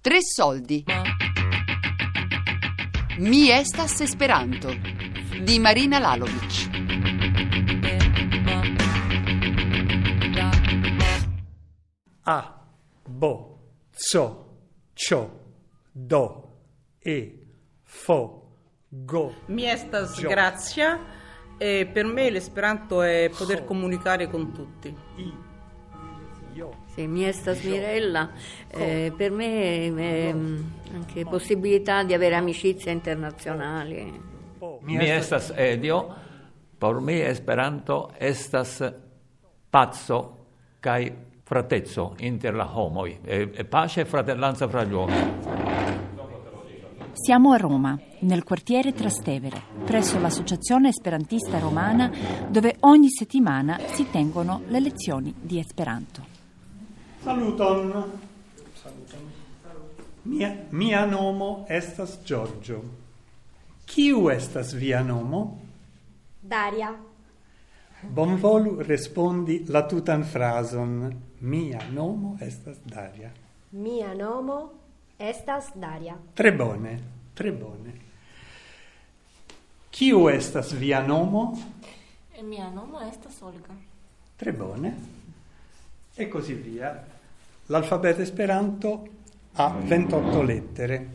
Tre soldi. Mi estas Esperanto di Marina Lalovic. A, bo, co, cio, do, e, fo, go. Mi estas grazia e per me l'esperanto è poter comunicare con tutti. Sì, mi estas Mirella, per me è anche possibilità di avere amicizie internazionali. Mi estas Edio, por mi Esperanto estas paco kaj fratezzo inter la homoj, pace e fratellanza fra gli uomini. Siamo a Roma, nel quartiere Trastevere, presso l'Associazione Esperantista Romana, dove ogni settimana si tengono le lezioni di Esperanto. Saluton. Mia nomo estas Giorgio. Kiu estas via nomo? Daria. Bonvolu respondi la tutan frazon. Mia nomo estas Daria. Mia nomo estas Daria. Tre bone, tre bone. Kiu estas via nomo? Mia nomo estas Olga. Tre bone. E così via. L'alfabeto Esperanto ha 28 lettere.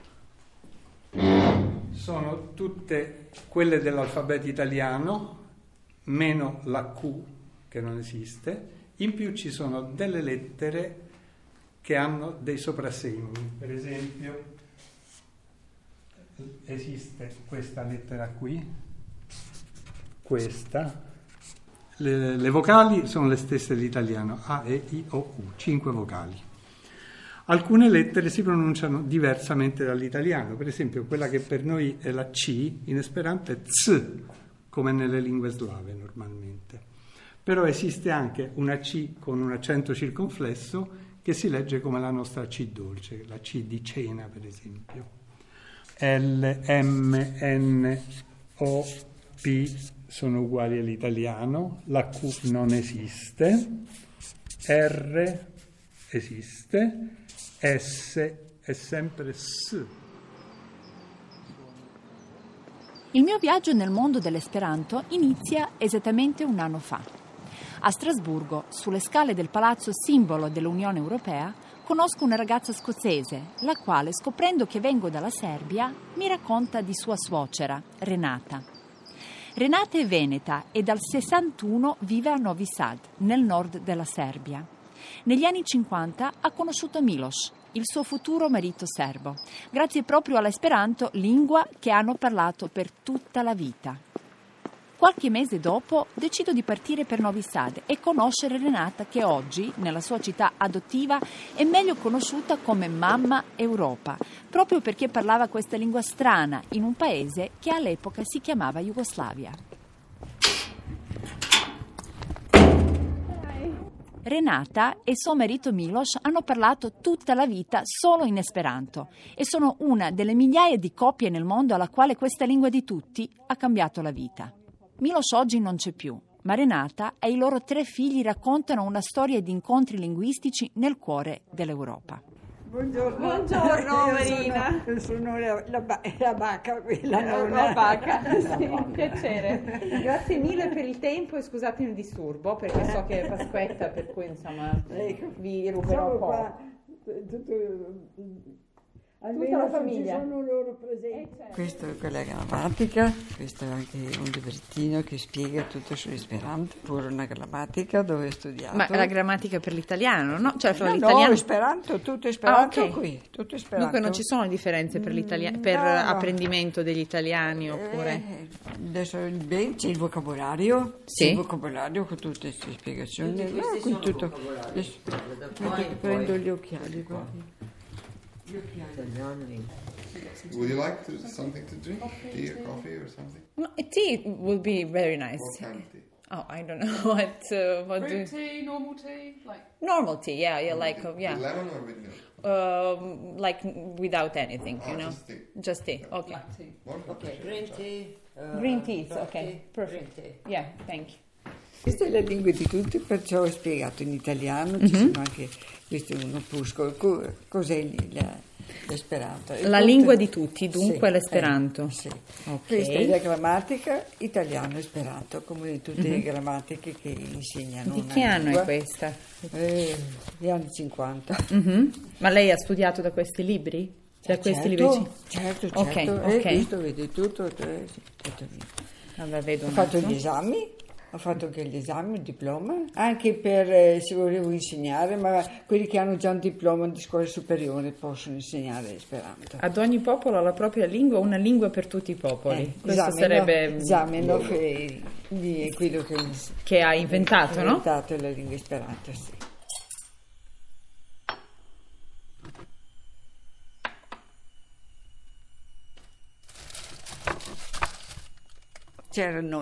Sono tutte quelle dell'alfabeto italiano, meno la Q, che non esiste. In più ci sono delle lettere che hanno dei soprassegni. Per esempio, esiste questa lettera qui, questa. Le vocali sono le stesse dell'italiano, A, E, I, O, U, 5 vocali. Alcune lettere si pronunciano diversamente dall'italiano, per esempio quella che per noi è la C, in esperanto è Z, come nelle lingue slave normalmente. Però esiste anche una C con un accento circonflesso che si legge come la nostra C dolce, la C di cena per esempio. L, M, N, O, P sono uguali all'italiano, la Q non esiste, R esiste, S è sempre S. Il mio viaggio nel mondo dell'Esperanto inizia esattamente un anno fa. A Strasburgo, sulle scale del palazzo simbolo dell'Unione Europea, conosco una ragazza scozzese, la quale, scoprendo che vengo dalla Serbia, mi racconta di sua suocera, Renata. Renata è veneta e dal 61 vive a Novi Sad, nel nord della Serbia. Negli anni 50 ha conosciuto Miloš, il suo futuro marito serbo, grazie proprio all'Esperanto, lingua che hanno parlato per tutta la vita. Qualche mese dopo decido di partire per Novi Sad e conoscere Renata, che oggi, nella sua città adottiva, è meglio conosciuta come Mamma Europa, proprio perché parlava questa lingua strana in un paese che all'epoca si chiamava Jugoslavia. Renata e suo marito Miloš hanno parlato tutta la vita solo in Esperanto e sono una delle migliaia di coppie nel mondo alla quale questa lingua di tutti ha cambiato la vita. Miloš oggi non c'è più, ma Renata e i loro 3 figli raccontano una storia di incontri linguistici nel cuore dell'Europa. Buongiorno. Buongiorno Marina. Sono la bacca, quella La bacca, sì, piacere. Grazie mille per il tempo e scusatemi il disturbo perché so che è Pasquetta, per cui insomma vi ruberò un po'. Tutta la famiglia. Sono loro presenti. Questa è quella grammatica, questo è anche un librettino che spiega tutto sull'Esperanto, pure una grammatica dove ho studiato. Ma la grammatica per l'italiano, no? Cioè fra No, l'italiano... Esperanto, tutto Esperanto ok. qui, tutto Esperanto. Dunque non ci sono differenze per per no. apprendimento degli italiani oppure... Adesso c'è il vocabolario, Sì. Il vocabolario con tutte queste spiegazioni. Con tutto. Adesso prendo gli occhiali. Guardi. Would you like something to drink? Tea or coffee or something? No, a tea would be very nice. What kind of tea? Oh, I don't know what Fruit tea, normal tea, like normal tea, yeah, like yeah. With lemon or with milk? Like without anything, you know. Just tea. Just tea. Okay. black tea. One cup of Green tea. Green tea, okay. Perfect. Green tea. Yeah, thank you. Questa è la lingua di tutti, perciò ho spiegato in italiano, ci sono anche, questo è un opuscolo, cos'è l'esperanto? La lingua di tutti, dunque l'esperanto. Sì. Okay. Questa è la grammatica italiano-esperanto, come di tutte le grammatiche che insegnano. Di che anno è questa? Gli anni 50. Ma lei ha studiato da questi libri? Da questi libri? Certo. Ok. Questo vedi tutto. Allora, vedo ho fatto gli esami. Ho fatto anche gli esami, il diploma, anche per se volevo insegnare, ma quelli che hanno già un diploma di scuola superiore possono insegnare esperanto. Ad ogni popolo ha la propria lingua, una lingua per tutti i popoli. Questo sarebbe Zamenhof è quello che ha inventato, no? La lingua esperanto, sì. C'erano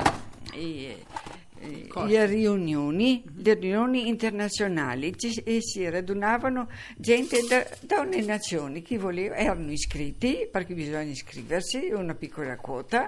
le riunioni internazionali e si radunavano gente da ogni nazione, chi voleva, erano iscritti perché bisogna iscriversi, una piccola quota,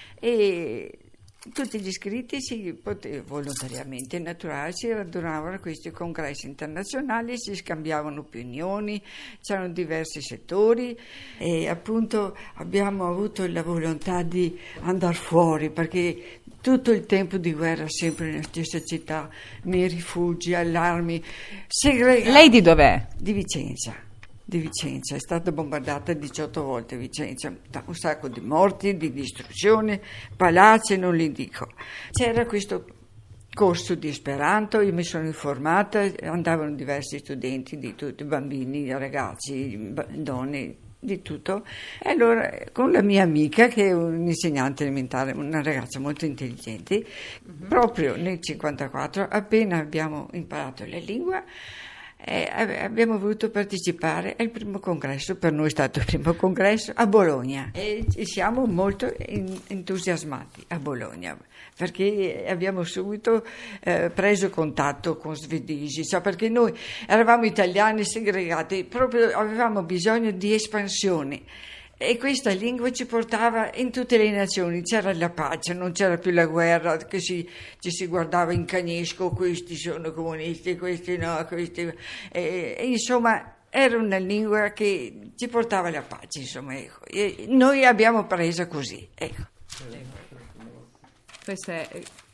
e tutti gli iscritti volontariamente naturali si radunavano a questi congressi internazionali, si scambiavano opinioni, c'erano diversi settori e appunto abbiamo avuto la volontà di andare fuori perché tutto il tempo di guerra sempre nella stessa città, nei rifugi, allarmi, segregati. Lei di dov'è? Di Vicenza, è stata bombardata 18 volte Vicenza, un sacco di morti, di distruzione, palazzi, non li dico. C'era questo corso di esperanto, io mi sono informata, andavano diversi studenti di tutti, bambini, ragazzi, donne, di tutto. E allora con la mia amica che è un'insegnante elementare, una ragazza molto intelligente, proprio nel 1954 appena abbiamo imparato la lingua abbiamo voluto partecipare al primo congresso, per noi è stato il primo congresso a Bologna e siamo molto entusiasmati a Bologna perché abbiamo subito preso contatto con svedesi, perché noi eravamo italiani segregati, proprio avevamo bisogno di espansione. E questa lingua ci portava in tutte le nazioni, c'era la pace, non c'era più la guerra, ci si guardava in cagnesco, questi sono comunisti, questi no, insomma era una lingua che ci portava la pace, insomma, ecco. E noi abbiamo preso così, ecco. Questo è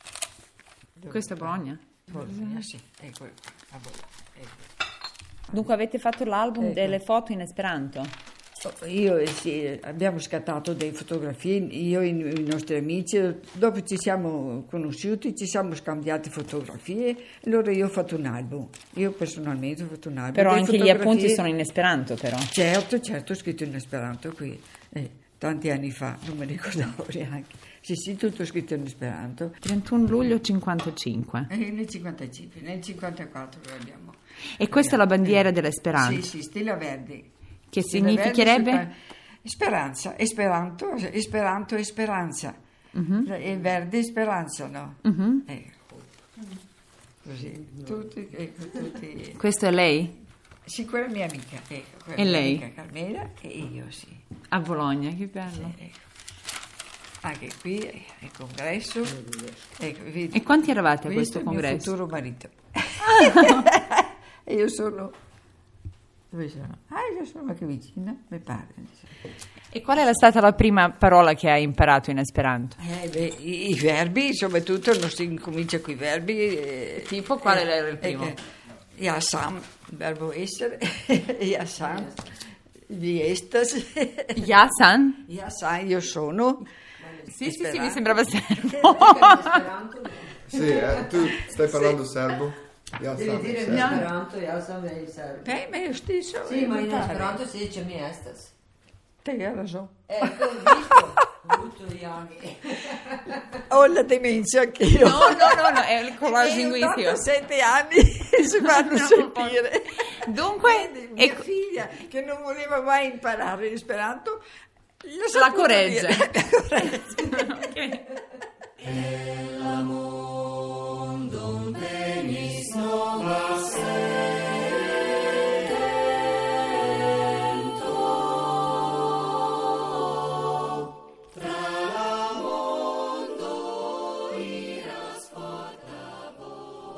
Bologna? Bologna, sì, ecco, a Bologna. Ecco. Dunque avete fatto l'album delle foto in esperanto? Io abbiamo scattato delle fotografie, io e i nostri amici, dopo ci siamo conosciuti, ci siamo scambiati fotografie, allora io ho fatto un album, io personalmente ho fatto un album. Però anche gli appunti sono in esperanto però? Certo, ho scritto in esperanto qui, tanti anni fa, non me ne ricordavo neanche. Sì, tutto scritto in esperanto. 31 luglio 55. Nel 55, nel 54 lo abbiamo. E questa è la bandiera dell'esperanto? Sì, Stella Verde. Che significherebbe? Speranza, esperanto e speranza. E verde speranza, no? Ecco. Così, tutti. Questo è lei? Sì, quella è mia amica. Ecco, e lei? Amica Carmela e io, sì. A Bologna, che bello. Sì, ecco. Anche qui il congresso. Ecco, vedi, e quanti eravate a questo congresso? Il mio futuro marito. E io sono... Dove sono? Io sono anche vicina, mi pare. E qual è stata la prima parola che hai imparato in esperanto? I verbi, soprattutto non si incomincia con i verbi. Tipo, quale era il primo? Yasam, il verbo essere, Yasam, di estasi. Yasan? Yasan, io sono. Sì, mi sembrava serbo. Sì, tu stai parlando serbo? Devi dire in esperanto, Yasam è il serbo. Ma io stesso. Sì, ma in esperanto si dice mi estas. Te hai ragione. Ecco, visto? Brutto Iani. Ho la demenza anch'io. No, è il collage linguistico. 7 anni si fanno sentire. Dunque, mia figlia, che non voleva mai imparare l'esperanto, la corregge. Okay.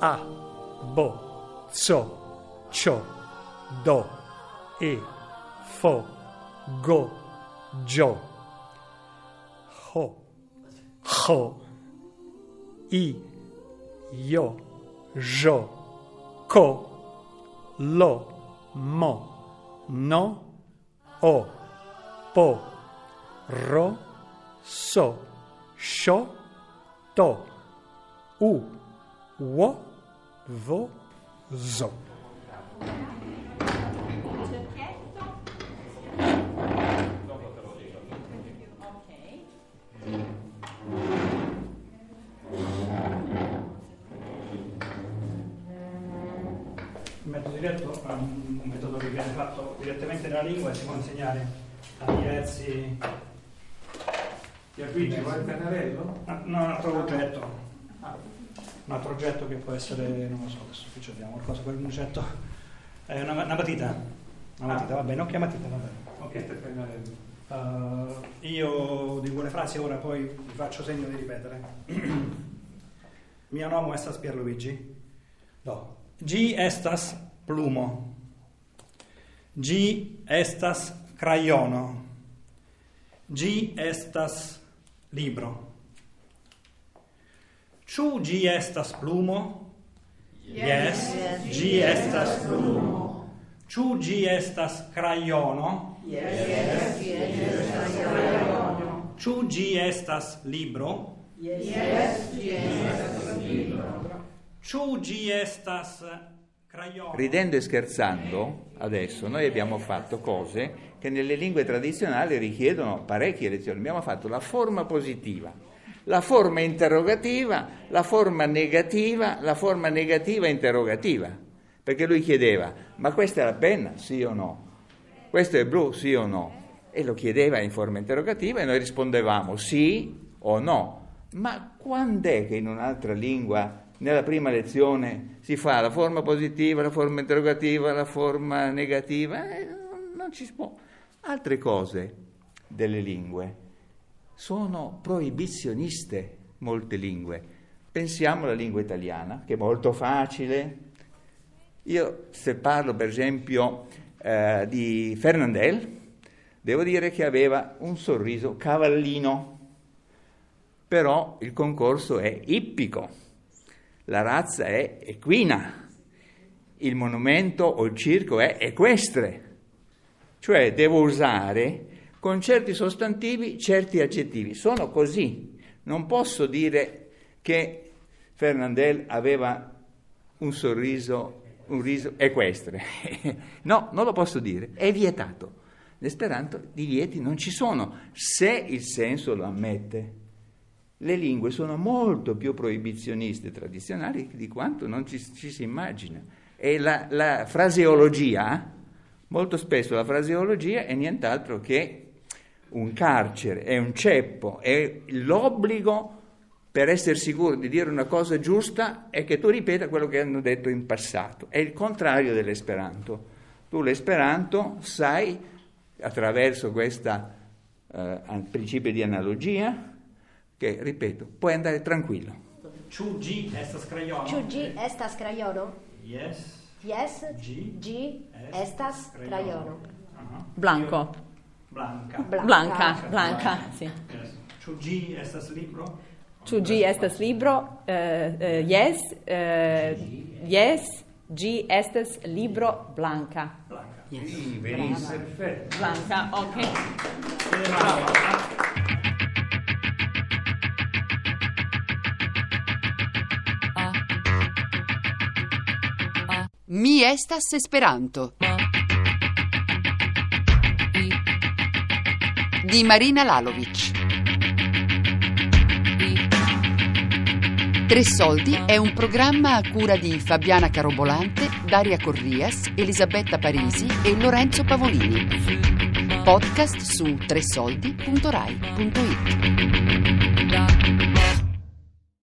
A, bo, so, cio, do, e, fo, go, gio, ho, i, io, jo, co, lo, mo, no, o, po, ro, so, scio, to, u, wo, vo, zo. Il metodo diretto è un metodo che viene fatto direttamente nella lingua e si può insegnare a diversi. Luigi, vuoi il pennarello? No, un altro oggetto. Un altro oggetto che può essere, non lo so, adesso qui ci abbiamo qualcosa per un oggetto. Una matita. Una matita, va bene, non che matita, va bene. Ok, il pennarello. Io dico le frasi ora, poi vi faccio segno di ripetere. Mia nomo estas Pierluigi. Do. Gi estas plumo. Gi estas crayono. Gi estas libro. Ĉu gi estas plumo? Yes. Gi estas plumo. Ĉu gi estas crayono? Yes. Gi estas crayono. Ĉu gi estas libro? Yes. Gi estas libro. Ĉu gi estas crayono? Ridendo e scherzando, adesso noi abbiamo fatto cose che nelle lingue tradizionali richiedono parecchie lezioni. Abbiamo fatto la forma positiva, la forma interrogativa, la forma negativa interrogativa, perché lui chiedeva: ma questa è la penna? Sì o no? Questo è blu? Sì o no? E lo chiedeva in forma interrogativa e noi rispondevamo sì o no. Ma quando è che in un'altra lingua nella prima lezione si fa la forma positiva, la forma interrogativa, la forma negativa? Non ci si può. Altre cose delle lingue sono proibizioniste, molte lingue. Pensiamo alla lingua italiana, che è molto facile. Io, se parlo per esempio di Fernandel, devo dire che aveva un sorriso cavallino, però il concorso è ippico, la razza è equina, il monumento o il circo è equestre, cioè devo usare con certi sostantivi certi aggettivi. Sono così, non posso dire che Fernandel aveva un sorriso, un riso equestre. No, non lo posso dire, è vietato. L'esperanto divieti non ci sono, se il senso lo ammette. Le lingue sono molto più proibizioniste tradizionali di quanto non ci si immagina. E la fraseologia, molto spesso la fraseologia è nient'altro che un carcere, è un ceppo, è l'obbligo per essere sicuro di dire una cosa giusta è che tu ripeta quello che hanno detto in passato. È il contrario dell'esperanto. Tu l'esperanto sai, attraverso questo principio di analogia, che, ripeto, puoi andare tranquillo. Ĉu ĝi estas crayono? Ĉu ĝi estas crayono? Yes. Yes. Ĝi estas crayono. Blanco. Blanca, sì. Yes. Ĉu ĝi estas libro? Ĉu ĝi estas libro? Yes. Yes. Ĝi estas libro blanca. Yes. Benissimo. Perfetto. Blanca, ok. Mi estas Esperanto di Marina Lalovic. Tre Soldi è un programma a cura di Fabiana Carobolante, Daria Corrias, Elisabetta Parisi e Lorenzo Pavolini. Podcast su tresoldi.rai.it.